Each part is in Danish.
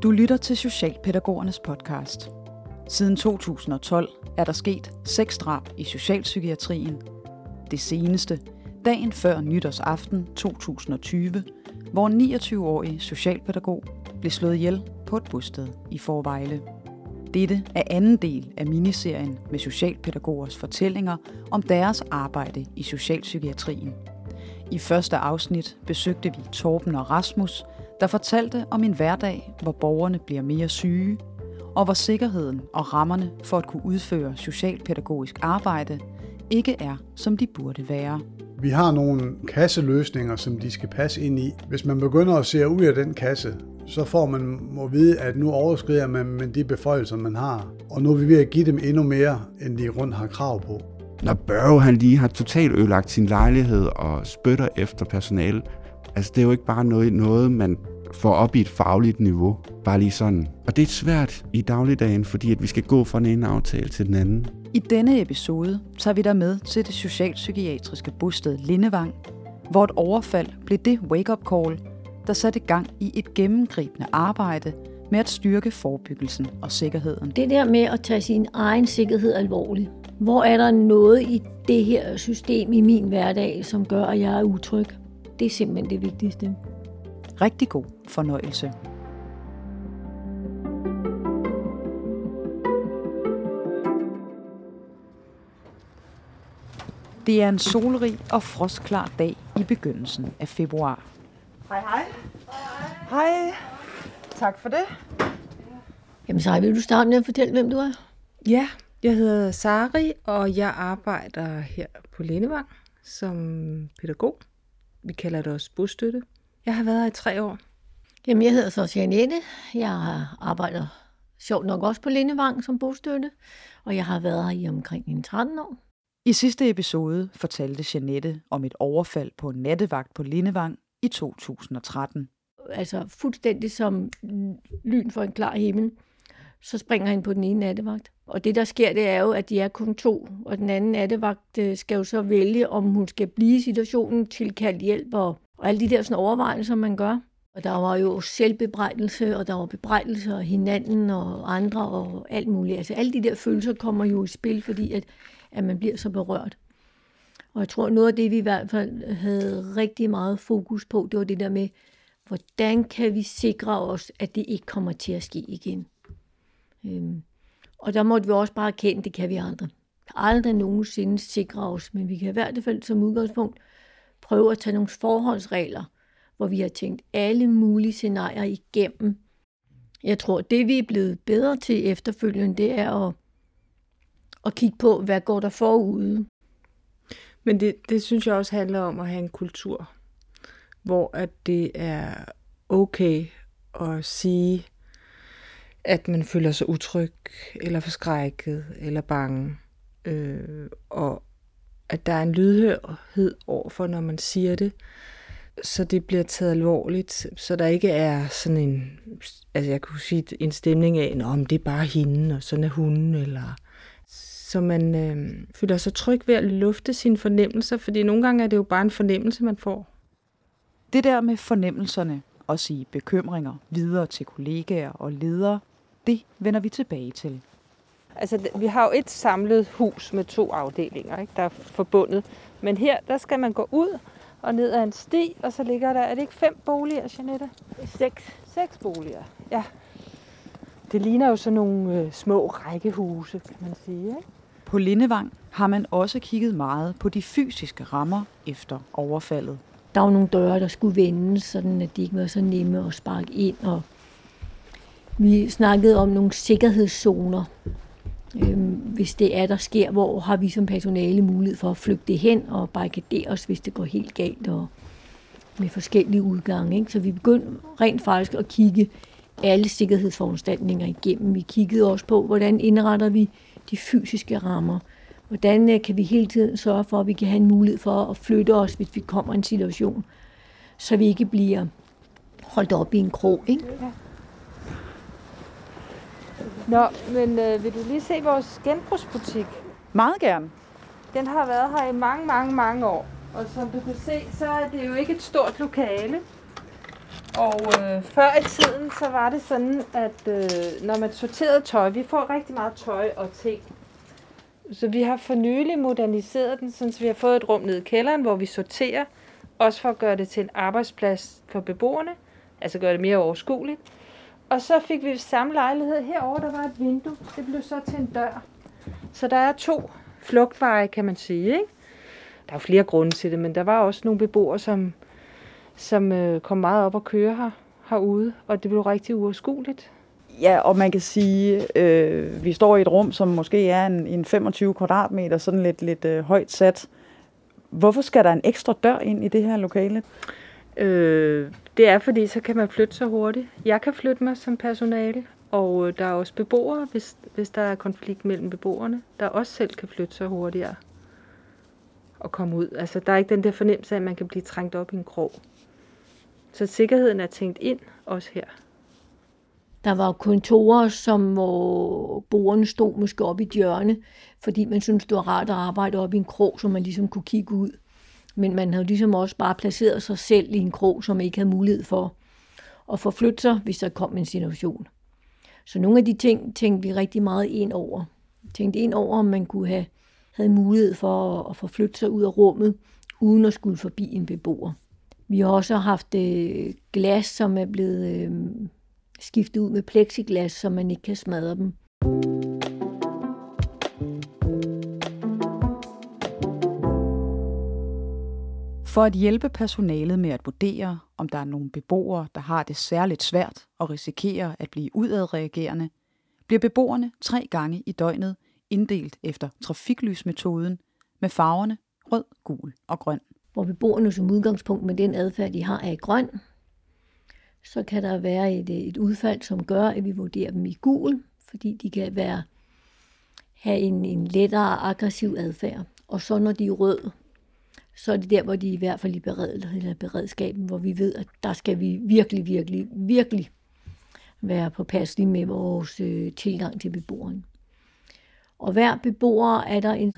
Du lytter til Socialpædagogernes podcast. Siden 2012 er der sket 6 drab i socialpsykiatrien. Det seneste, dagen før nytårsaften 2020, hvor en 29-årig socialpædagog blev slået ihjel på et bosted i Fårevejle. Dette er anden del af miniserien med socialpædagogers fortællinger om deres arbejde i socialpsykiatrien. I første afsnit besøgte vi Torben og Rasmus, der fortalte om en hverdag, hvor borgerne bliver mere syge, og hvor sikkerheden og rammerne for at kunne udføre socialpædagogisk arbejde ikke er, som de burde være. Vi har nogle kasseløsninger, som de skal passe ind i. Hvis man begynder at se ud af den kasse, så får man må vide, at nu overskrider man med de beføjelser, man har. Og nu er vi ved at give dem endnu mere, end de rundt har krav på. Når Børge han lige har totalt ødelagt sin lejlighed og spytter efter personale, altså det er jo ikke bare noget man får op i et fagligt niveau, bare lige sådan. Og det er svært i dagligdagen, fordi at vi skal gå fra den ene aftale til den anden. I denne episode tager vi dig med til det socialpsykiatriske bosted Lindevang, hvor et overfald blev det wake-up call, der satte gang i et gennemgribende arbejde med at styrke forebyggelsen og sikkerheden. Det der med at tage sin egen sikkerhed alvorligt. Hvor er der noget i det her system i min hverdag, som gør, at jeg er utryg? Det er simpelthen det vigtigste. Rigtig god fornøjelse. Det er en solrig og frostklar dag i begyndelsen af februar. Hej, hej. Hej. Tak for det. Jamen Sari, vil du starte med at fortælle, hvem du er? Ja, jeg hedder Sari, og jeg arbejder her på Lindevang som pædagog. Vi kalder det også bostøtte. Jeg har været her i 3 år. Jamen, jeg hedder så Jeanette. Jeg arbejder sjovt nok også på Lindevang som bostøtte, og jeg har været her i omkring 13 år. I sidste episode fortalte Jeanette om et overfald på en nattevagt på Lindevang i 2013. Altså fuldstændig som lyn for en klar himmel, så springer han på den ene nattevagt. Og det, der sker, det er jo, at de er kun 2, og den anden nattevagt skal jo så vælge, om hun skal blive i situationen, tilkaldt hjælp og alle de der sådan overvejelser, man gør. Og der var jo selvbebrejdelse, og der var bebrejdelse af hinanden og andre og alt muligt. Altså alle de der følelser kommer jo i spil, fordi at man bliver så berørt. Og jeg tror, noget af det, vi i hvert fald havde rigtig meget fokus på, det var det der med, hvordan kan vi sikre os, at det ikke kommer til at ske igen. Og der måtte vi også bare erkende, det kan vi andre. Aldrig nogensinde sikre os, men vi kan i hvert fald som udgangspunkt prøve at tage nogle forholdsregler, hvor vi har tænkt alle mulige scenarier igennem. Jeg tror, det vi er blevet bedre til efterfølgende, det er at kigge på, hvad går der forude. Men det synes jeg også handler om at have en kultur, hvor at det er okay at sige, at man føler sig utryg, eller forskrækket, eller bange. Og at der er en lydhørhed overfor, når man siger det, så det bliver taget alvorligt, så der ikke er sådan en, altså jeg kunne sige en stemning af, om det er bare hende, og sådan er hun, eller så man føler sig tryg ved at lufte sine fornemmelser, fordi nogle gange er det jo bare en fornemmelse, man får. Det der med fornemmelserne, og sige bekymringer videre til kollegaer og ledere, det vender vi tilbage til. Altså, vi har jo et samlet hus med 2 afdelinger, ikke, der er forbundet. Men her, der skal man gå ud og ned ad en sti, og så ligger der, er det ikke 5 boliger, Jeanette? 6 boliger, ja. Det ligner jo sådan nogle små rækkehuse, kan man sige, ikke? På Lindevang har man også kigget meget på de fysiske rammer efter overfaldet. Der var nogle døre, der skulle vendes, sådan at de ikke var så nemme at sparke ind. Og vi snakkede om nogle sikkerhedszoner. Hvis det er, der sker, hvor har vi som personale mulighed for at flygte hen og barrikadere os, hvis det går helt galt og med forskellige udgange. Ikke? Så vi begyndte rent faktisk at kigge alle sikkerhedsforanstaltninger igennem. Vi kiggede også på, hvordan indretter vi de fysiske rammer. Hvordan kan vi hele tiden sørge for, at vi kan have en mulighed for at flytte os, hvis vi kommer i en situation, så vi ikke bliver holdt op i en krog, ikke? Ja. Nå, men vil du lige se vores genbrugsbutik? Meget gerne. Den har været her i mange år. Og som du kan se, så er det jo ikke et stort lokale. Og før i tiden, så var det sådan, at når man sorterede tøj, vi får rigtig meget tøj og ting. Så vi har for nylig moderniseret den, så vi har fået et rum nede i kælderen, hvor vi sorterer, også for at gøre det til en arbejdsplads for beboerne, altså gøre det mere overskueligt. Og så fik vi samme lejlighed herovre, der var et vindue, det blev så til en dør. Så der er 2 flugtveje, kan man sige, ikke? Der er flere grunde til det, men der var også nogle beboere, som kom meget op og køre herude, og det blev rigtig uoverskueligt. Ja, og man kan sige, vi står i et rum, som måske er en 25 kvadratmeter, sådan lidt højt sat. Hvorfor skal der en ekstra dør ind i det her lokale? Det er fordi, så kan man flytte så hurtigt. Jeg kan flytte mig som personale, og der er også beboere, hvis der er konflikt mellem beboerne, der også selv kan flytte så hurtigere og komme ud. Altså, der er ikke den der fornemmelse af, at man kan blive trængt op i en krog. Så sikkerheden er tænkt ind også her. Der var kontorer, hvor beboerne stod måske op i et hjørne, fordi man syntes, det var rart at arbejde op i en krog, så man ligesom kunne kigge ud. Men man havde ligesom også bare placeret sig selv i en krog, som ikke havde mulighed for at forflytte sig, hvis der kom en situation. Så nogle af de ting tænkte vi rigtig meget ind over. Tænkte ind over, om man kunne have mulighed for at forflytte sig ud af rummet, uden at skulle forbi en beboer. Vi har også haft glas, som er blevet skiftet ud med plexiglas, så man ikke kan smadre dem. For at hjælpe personalet med at vurdere, om der er nogle beboere, der har det særligt svært og risikerer at blive udadreagerende, bliver beboerne 3 gange i døgnet inddelt efter trafiklysmetoden med farverne rød, gul og grøn. Hvor beboerne som udgangspunkt med den adfærd, de har, er grøn, så kan der være et udfald, som gør, at vi vurderer dem i gul, fordi de kan have en lettere aggressiv adfærd. Og så når de er rød, så er det der, hvor de i hvert fald i beredskaben, hvor vi ved, at der skal vi virkelig, virkelig, virkelig være påpasselige med vores tilgang til beboeren. Og hver beboer er der en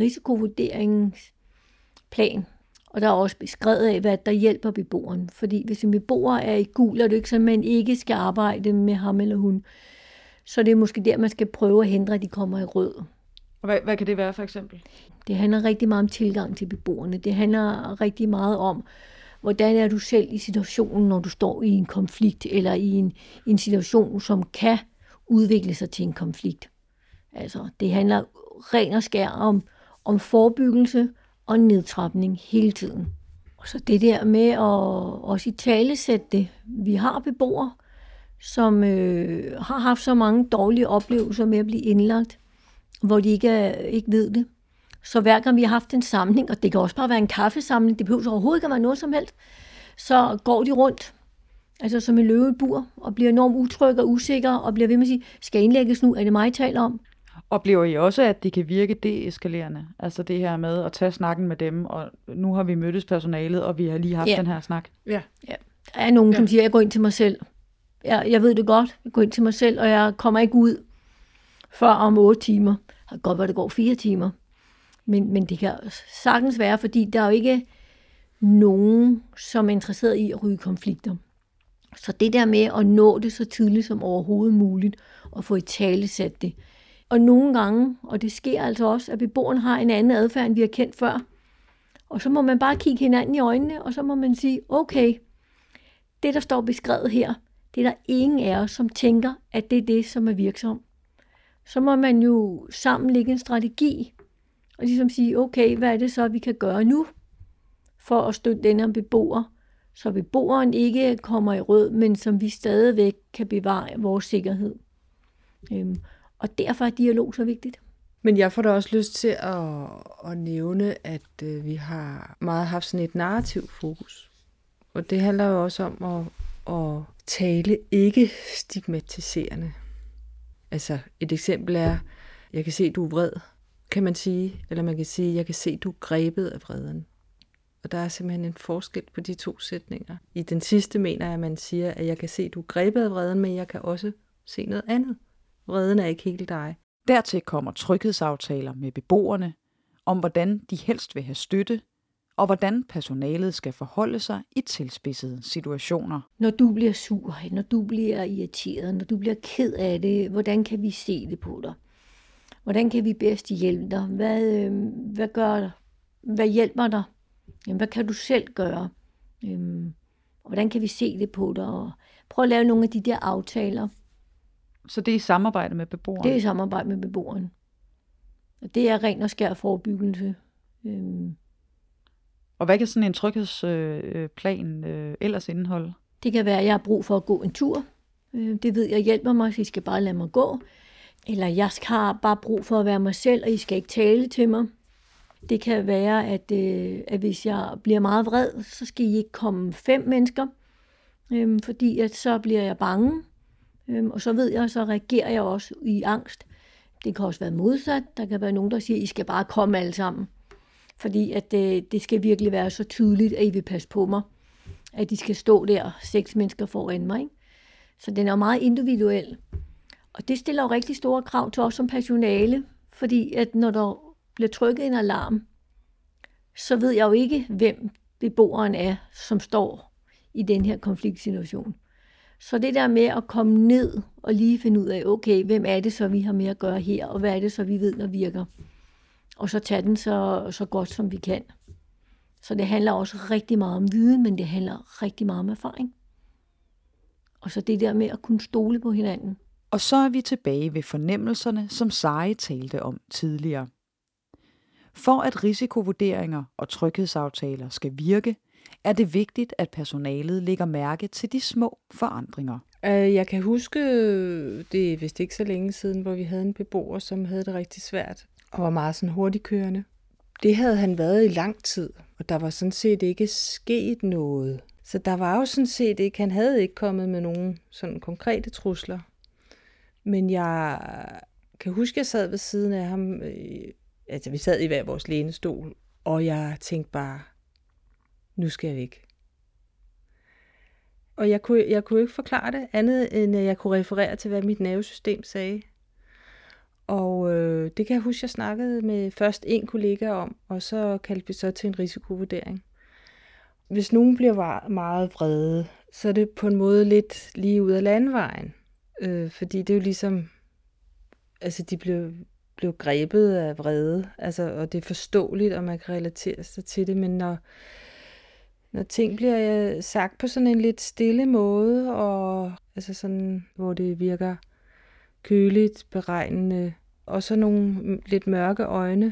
risikovurderingsplan, og der er også beskrevet af, hvad der hjælper beboeren. Fordi hvis en beboer er i gul, er det ikke sådan, at man ikke skal arbejde med ham eller hun. Så det er måske der, man skal prøve at hindre, at de kommer i rød. Hvad kan det være for eksempel? Det handler rigtig meget om tilgang til beboerne. Det handler rigtig meget om, hvordan er du selv i situationen, når du står i en konflikt, eller i en situation, som kan udvikle sig til en konflikt. Altså, det handler ren og skær om forebyggelse og nedtrapning hele tiden. Og så det der med at også italesætte det. Vi har beboere, som har haft så mange dårlige oplevelser med at blive indlagt, hvor de ikke ved det. Så hver gang vi har haft en samling, og det kan også bare være en kaffesamling, det behøver overhovedet ikke være noget som helst, så går de rundt, altså som en løve i et bur, og bliver enormt utrygge og usikre, og bliver ved med at sige, skal indlægges nu, er det mig, I taler om? Oplever I også, at det kan virke deeskalerende? Altså det her med at tage snakken med dem, og nu har vi mødtes personalet, og vi har lige haft den her snak. Ja. Der er nogen, som siger, jeg går ind til mig selv. Jeg ved det godt, jeg går ind til mig selv, og jeg kommer ikke ud før om 8 timer. Det kan godt være, det går 4 timer. Men det kan sagtens være, fordi der er jo ikke nogen, som er interesseret i at ryge konflikter. Så det der med at nå det så tidligt som overhovedet muligt, og få italesat det. Og nogle gange, og det sker altså også, at beboerne har en anden adfærd, end vi har kendt før. Og så må man bare kigge hinanden i øjnene, og så må man sige, okay, det der står beskrevet her, det er der ingen af os, som tænker, at det er det, som er virksomt. Så må man jo sammen lægge en strategi, og ligesom sige, okay, hvad er det så, vi kan gøre nu, for at støtte denne beboer, så beboeren ikke kommer i rød, men som vi stadigvæk kan bevare vores sikkerhed. Og derfor er dialog så vigtigt. Men jeg får da også lyst til at nævne, at vi har meget haft sådan et narrativ fokus. Og det handler jo også om at tale ikke stigmatiserende. Altså et eksempel er, jeg kan se, du er vred, kan man sige. Eller man kan sige, jeg kan se, du er grebet af vreden. Og der er simpelthen en forskel på de 2 sætninger. I den sidste mener jeg, at man siger, at jeg kan se, du er grebet af vreden, men jeg kan også se noget andet. Vreden er ikke helt dig. Dertil kommer tryghedsaftaler med beboerne, om hvordan de helst vil have støtte, og hvordan personalet skal forholde sig i tilspidsede situationer. Når du bliver sur, når du bliver irriteret, når du bliver ked af det, hvordan kan vi se det på dig? Hvordan kan vi bedst hjælpe dig? Hvad gør dig? Hvad hjælper dig? Hvad kan du selv gøre? Hvordan kan vi se det på dig? Og prøv at lave nogle af de der aftaler. Så det er i samarbejde med beboeren? Det er i samarbejde med beboeren. Og det er ren og skær forebyggelse. Og hvad kan sådan en tryghedsplan ellers indeholde? Det kan være, at jeg har brug for at gå en tur. Det ved jeg hjælper mig, så I skal bare lade mig gå. Eller jeg har bare brug for at være mig selv, og I skal ikke tale til mig. Det kan være, at hvis jeg bliver meget vred, så skal I ikke komme 5 mennesker, fordi at så bliver jeg bange. Og så ved jeg, så reagerer jeg også i angst. Det kan også være modsat. Der kan være nogen, der siger, at I skal bare komme alle sammen. Fordi at det skal virkelig være så tydeligt, at I vil passe på mig. At de skal stå der 6 mennesker foran mig. Ikke? Så den er jo meget individuel. Og det stiller jo rigtig store krav til os som personale. Fordi at når der bliver trykket en alarm, så ved jeg jo ikke, hvem beboeren er, som står i den her konfliktsituation. Så det der med at komme ned og lige finde ud af, okay, hvem er det så, vi har med at gøre her, og hvad er det så, vi ved, der virker. Og så tage den så godt, som vi kan. Så det handler også rigtig meget om viden, men det handler rigtig meget om erfaring. Og så det der med at kunne stole på hinanden. Og så er vi tilbage ved fornemmelserne, som Sari talte om tidligere. For at risikovurderinger og tryghedsaftaler skal virke, er det vigtigt, at personalet lægger mærke til de små forandringer. Jeg kan huske, det er vist ikke så længe siden, hvor vi havde en beboer, som havde det rigtig svært og var meget sådan hurtigkørende. Det havde han været i lang tid, og der var sådan set ikke sket noget. Så der var jo sådan set ikke, han havde ikke kommet med nogen sådan konkrete trusler. Men jeg kan huske, jeg sad ved siden af ham, altså vi sad i hver vores lænestol, og jeg tænkte bare, nu skal jeg væk. Og jeg kunne ikke forklare det andet, end at jeg kunne referere til, hvad mit nervesystem sagde. Og det kan jeg huske, jeg snakkede med først en kollega om, og så kaldte vi så til en risikovurdering. Hvis nogen bliver meget vrede, så er det på en måde lidt lige ud af landevejen. Fordi det er jo ligesom, altså de blev grebet af vrede, altså, og det er forståeligt, og man kan relatere sig til det, men når ting bliver sagt på sådan en lidt stille måde, og altså sådan, hvor det virker køligt, beregnende, og så nogle lidt mørke øjne,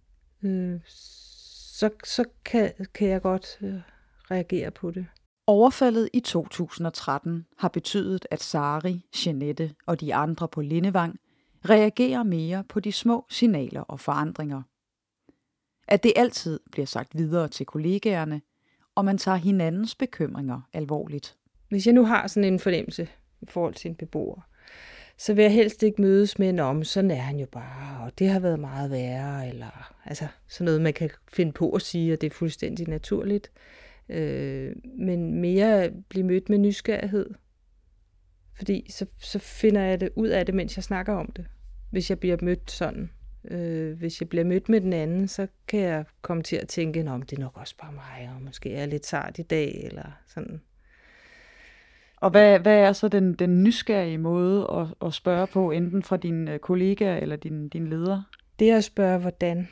så kan jeg godt reagere på det. Overfaldet i 2013 har betydet, at Sari, Jeanette og de andre på Lindevang reagerer mere på de små signaler og forandringer. At det altid bliver sagt videre til kollegaerne, og man tager hinandens bekymringer alvorligt. Hvis jeg nu har sådan en fornemmelse i forhold til en beboer, så vil jeg helst ikke mødes med om, sådan er han jo bare, og det har været meget værre, eller altså sådan noget, man kan finde på at sige, og det er fuldstændig naturligt. Men mere blive mødt med nysgerrighed. Fordi så finder jeg det ud af det, mens jeg snakker om det. Hvis jeg bliver mødt sådan. Hvis jeg bliver mødt med den anden, så kan jeg komme til at tænke, om det er nok også bare mig, og måske er jeg lidt sart i dag, eller sådan. Og hvad er så den nysgerrige måde at spørge på, enten fra dine kollegaer eller din leder? Det er at spørge, hvordan.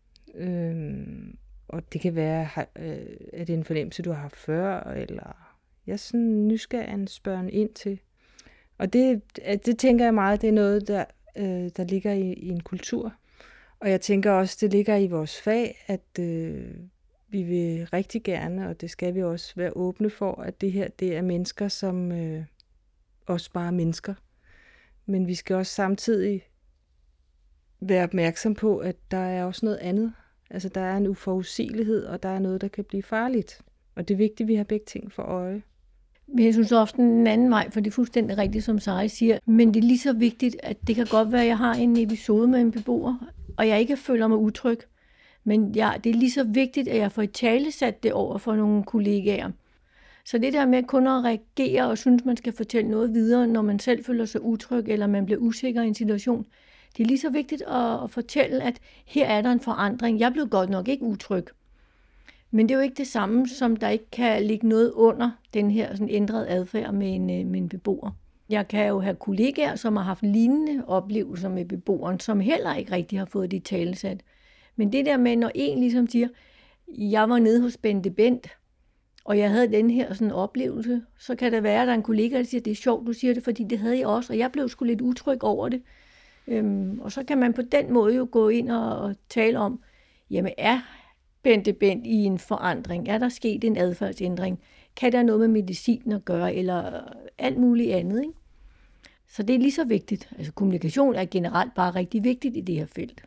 Og det kan være, at det er en fornemmelse, du har haft før, eller jeg er sådan nysgerrig spørgen ind til. Og det tænker jeg meget, det er noget, der ligger i en kultur. Og jeg tænker også, det ligger i vores fag, at vi vil rigtig gerne, og det skal vi også være åbne for, at det her, det er mennesker, som også bare er mennesker. Men vi skal også samtidig være opmærksom på, at der er også noget andet. Altså, der er en uforudsigelighed, og der er noget, der kan blive farligt. Og det er vigtigt, at vi har begge ting for øje. Men jeg synes ofte en anden vej, for det er fuldstændig rigtigt, som Sari siger. Men det er lige så vigtigt, at det kan godt være, at jeg har en episode med en beboer, og jeg ikke føler mig utryg. Men det er lige så vigtigt, at jeg får italesat det over for nogle kollegaer. Så det der med kun at reagere og synes, man skal fortælle noget videre, når man selv føler sig utryg, eller man bliver usikker i en situation, det er lige så vigtigt at fortælle, at her er der en forandring. Jeg blev godt nok ikke utryg. Men det er jo ikke det samme, som der ikke kan ligge noget under den her sådan ændrede adfærd med en beboer. Jeg kan jo have kollegaer, som har haft lignende oplevelser med beboeren, som heller ikke rigtig har fået det talesat. Men det der med, når en ligesom siger, jeg var nede hos Bente Bent, og jeg havde den her sådan oplevelse, så kan det være, at der er en kollega, der siger, det er sjovt, du siger det, fordi det havde jeg også, og jeg blev sgu lidt utryg over det. Og så kan man på den måde jo gå ind og tale om, jamen er Bente Bent i en forandring? Er der sket en adfærdsændring? Kan der noget med medicin at gøre, eller alt muligt andet, ikke? Så det er lige så vigtigt. Altså kommunikation er generelt bare rigtig vigtigt i det her felt.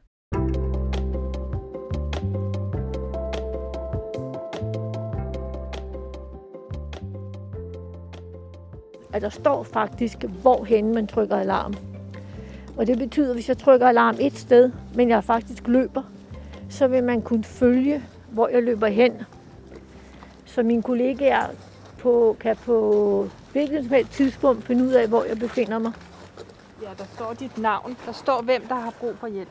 At der står faktisk, hvorhen man trykker alarm. Og det betyder, at hvis jeg trykker alarm et sted, men jeg faktisk løber, så vil man kunne følge, hvor jeg løber hen. Så mine kollegaer kan på hvilket som helst tidspunkt finde ud af, hvor jeg befinder mig. Ja, der står dit navn. Der står, hvem der har brug for hjælp.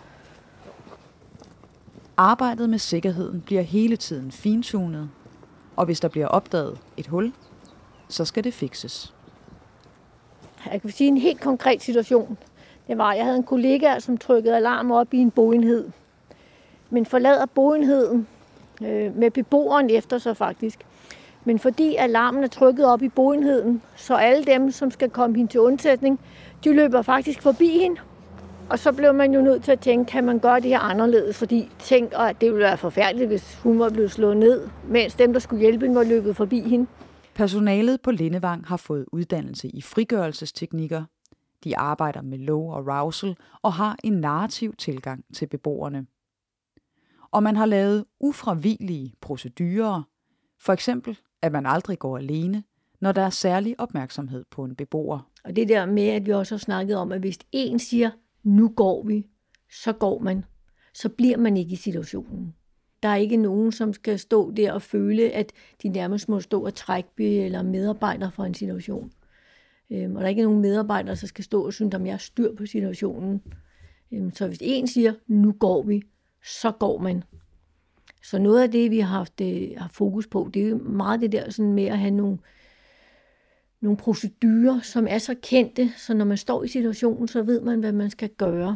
Arbejdet med sikkerheden bliver hele tiden fintunet, og hvis der bliver opdaget et hul, så skal det fikses. Jeg kan sige en helt konkret situation. Det var, at jeg havde en kollega, som trykkede alarm op i en boenhed, men forlader boenheden med beboeren efter sig faktisk. Men fordi alarmen er trykket op i boenheden, så alle dem, som skal komme hende til undsætning, de løber faktisk forbi hende. Og så blev man jo nødt til at tænke, kan man gøre det her anderledes? Fordi tænk, at det ville være forfærdeligt, hvis hun var blevet slået ned, mens dem, der skulle hjælpe hende, var løbet forbi hende. Personalet på Lindevang har fået uddannelse i frigørelsesteknikker. De arbejder med low arousal og har en narrativ tilgang til beboerne. Og man har lavet ufravigelige procedurer. For eksempel, at man aldrig går alene, når der er særlig opmærksomhed på en beboer. Og det der med, at vi også har snakket om, at hvis en siger, nu går vi, så går man. Så bliver man ikke i situationen. Der er ikke nogen, som skal stå der og føle, at de nærmest må stå og trække eller medarbejdere for en situation. Og der er ikke nogen medarbejdere, der skal stå og synes, om jeg er styr på situationen. Så hvis en siger, nu går vi, så går man. Så noget af det, vi har haft fokus på, det er jo meget det der sådan med at have nogle procedurer, som er så kendte, så når man står i situationen, så ved man, hvad man skal gøre.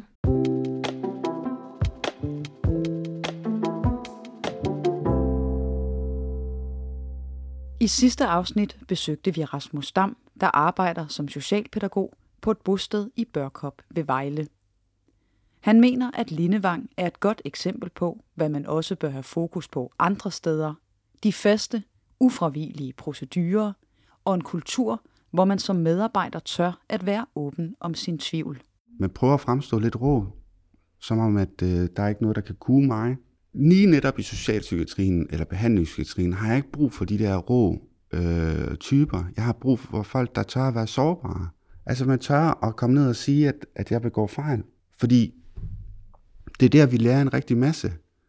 I sidste afsnit besøgte vi Rasmus Dam, der arbejder som socialpædagog på et bosted i Børkop ved Vejle. Han mener, at Lindevang er et godt eksempel på, hvad man også bør have fokus på andre steder. De faste, ufravigelige procedurer og en kultur, hvor man som medarbejder tør at være åben om sin tvivl. Man prøver at fremstå lidt rå, som om at der er ikke noget, der kan kue mig. Lige netop i socialpsykiatrien eller behandlingspsykiatrien har jeg ikke brug for de der rå typer. Jeg har brug for folk, der tør at være sårbare. Altså man tør at komme ned og sige, at jeg begår fejl. Fordi det er der, vi lærer en rigtig masse.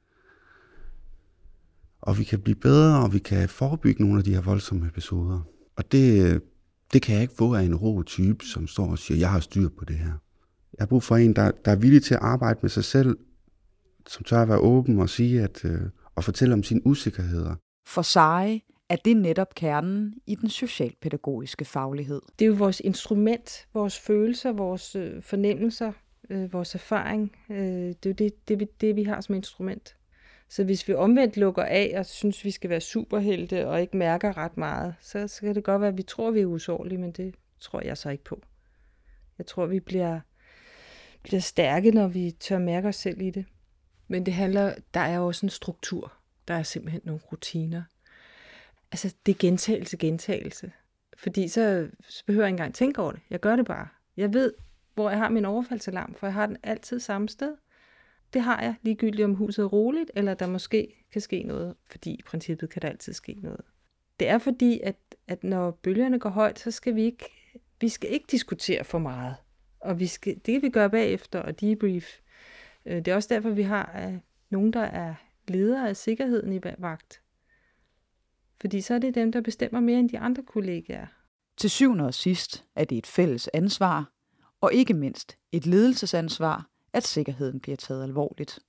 Og vi kan blive bedre, og vi kan forebygge nogle af de her voldsomme episoder. Og det kan jeg ikke få af en rå type, som står og siger, jeg har styr på det her. Jeg har brug for en, der er villig til at arbejde med sig selv, som tør at være åben og sige og fortælle om sine usikkerheder. For Sari er det netop kernen i den socialpædagogiske faglighed. Det er jo vores instrument, vores følelser, vores fornemmelser, vores erfaring. Det er jo det, vi har som instrument. Så hvis vi omvendt lukker af og synes, vi skal være superhelte og ikke mærker ret meget, så kan det godt være, at vi tror, vi er usårlige, men det tror jeg så ikke på. Jeg tror, vi bliver stærke, når vi tør mærke os selv i det. Men der er jo også en struktur. Der er simpelthen nogle rutiner. Altså, det er gentagelse. Fordi så behøver jeg ikke engang tænke over det. Jeg gør det bare. Jeg ved, hvor jeg har min overfaldsalarm, for jeg har den altid samme sted. Det har jeg ligegyldigt, om huset er roligt, eller der måske kan ske noget, fordi i princippet kan der altid ske noget. Det er fordi, at når bølgerne går højt, så skal vi skal ikke diskutere for meget. Og det kan vi gøre bagefter og debrief. Det er også derfor, vi har nogen, der er ledere af sikkerheden i vagt. Fordi så er det dem, der bestemmer mere end de andre kollegaer. Til syvende og sidst er det et fælles ansvar, og ikke mindst et ledelsesansvar, at sikkerheden bliver taget alvorligt.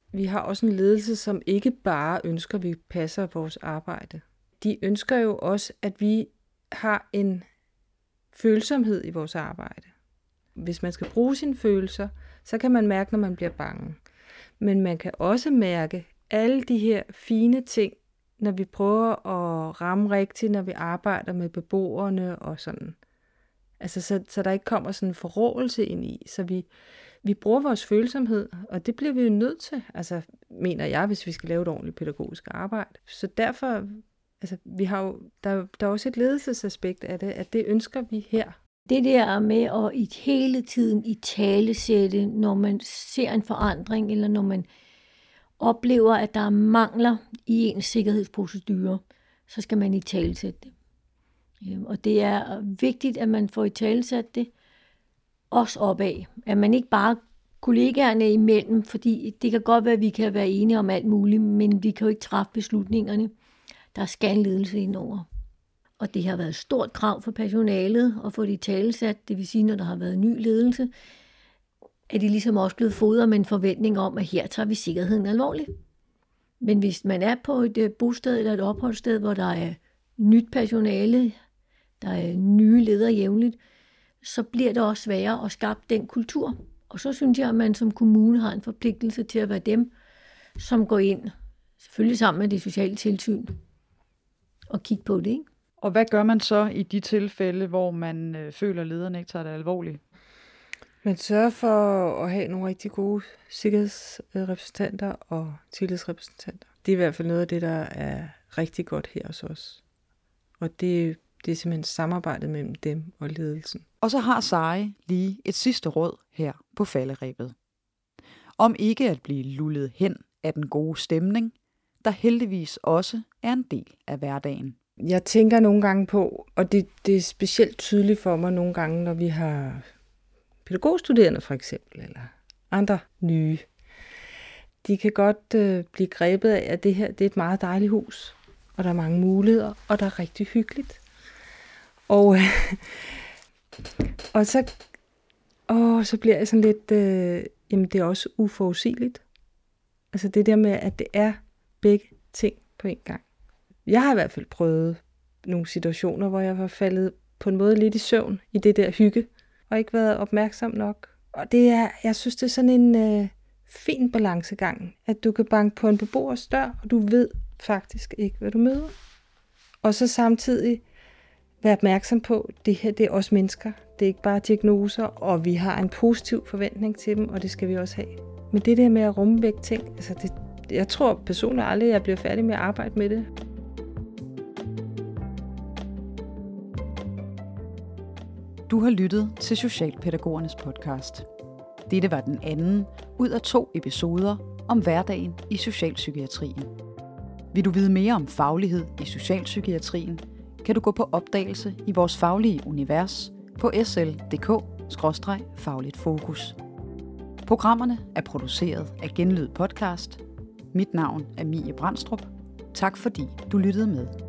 Vi har også en ledelse, som ikke bare ønsker, at vi passer vores arbejde. De ønsker jo også, at vi har en følsomhed i vores arbejde. Hvis man skal bruge sine følelser, så kan man mærke, når man bliver bange. Men man kan også mærke alle de her fine ting, når vi prøver at ramme rigtigt, når vi arbejder med beboerne og sådan. Altså, så der ikke kommer sådan en forrådelse ind i. Så vi bruger vores følsomhed, og det bliver vi jo nødt til, altså, mener jeg, hvis vi skal lave et ordentligt pædagogisk arbejde. Så derfor, altså, vi har jo, der er også et ledelsesaspekt af det, at det ønsker vi her. Det der med at hele tiden italesætte, når man ser en forandring, eller når man oplever, at der er mangler i ens sikkerhedsprocedure, så skal man italesætte det. Og det er vigtigt, at man får italesat det også opad. At man ikke bare kollegaerne imellem, fordi det kan godt være, at vi kan være enige om alt muligt, men vi kan jo ikke træffe beslutningerne. Der skal en ledelse indover. Og det har været et stort krav for personalet at få det italesat. Det vil sige, når der har været ny ledelse, er de ligesom også blevet fodret med en forventning om, at her tager vi sikkerheden alvorligt. Men hvis man er på et bosted eller et opholdssted, hvor der er nyt personale, der er nye ledere jævnligt, så bliver det også sværere at skabe den kultur. Og så synes jeg, at man som kommune har en forpligtelse til at være dem, som går ind, selvfølgelig sammen med det sociale tilsyn, og kigge på det, ikke? Og hvad gør man så i de tilfælde, hvor man føler, at lederne ikke tager det alvorligt? Man sørger for at have nogle rigtig gode sikkerhedsrepræsentanter og tillidsrepræsentanter. Det er i hvert fald noget af det, der er rigtig godt her hos os. Og det er simpelthen samarbejdet mellem dem og ledelsen. Og så har Sari lige et sidste råd her på falderebet. Om ikke at blive lullet hen af den gode stemning, der heldigvis også er en del af hverdagen. Jeg tænker nogle gange på, og det er specielt tydeligt for mig nogle gange, når vi har pædagogstuderende for eksempel, eller andre nye. De kan godt blive grebet af, at det her det er et meget dejligt hus, og der er mange muligheder, og der er rigtig hyggeligt. Og så bliver jeg sådan lidt, jamen det er også uforudsigeligt. Altså det der med, at det er begge ting på en gang. Jeg har i hvert fald prøvet nogle situationer, hvor jeg var faldet på en måde lidt i søvn i det der hygge, og ikke været opmærksom nok. Og jeg synes, det er sådan en fin balancegang, at du kan banke på en beboers dør, og du ved faktisk ikke, hvad du møder. Og så samtidig være opmærksom på, at det her det er også mennesker. Det er ikke bare diagnoser, og vi har en positiv forventning til dem, og det skal vi også have. Men det der med at rumme væk ting, altså jeg tror personligt aldrig, at jeg bliver færdig med at arbejde med det. Du har lyttet til Socialpædagogernes podcast. Dette var den anden ud af 2 episoder om hverdagen i socialpsykiatrien. Vil du vide mere om faglighed i socialpsykiatrien, kan du gå på opdagelse i vores faglige univers på sl.dk/fagligt fokus. Programmerne er produceret af Genlyd Podcast. Mit navn er Mie Brandstrup. Tak fordi du lyttede med.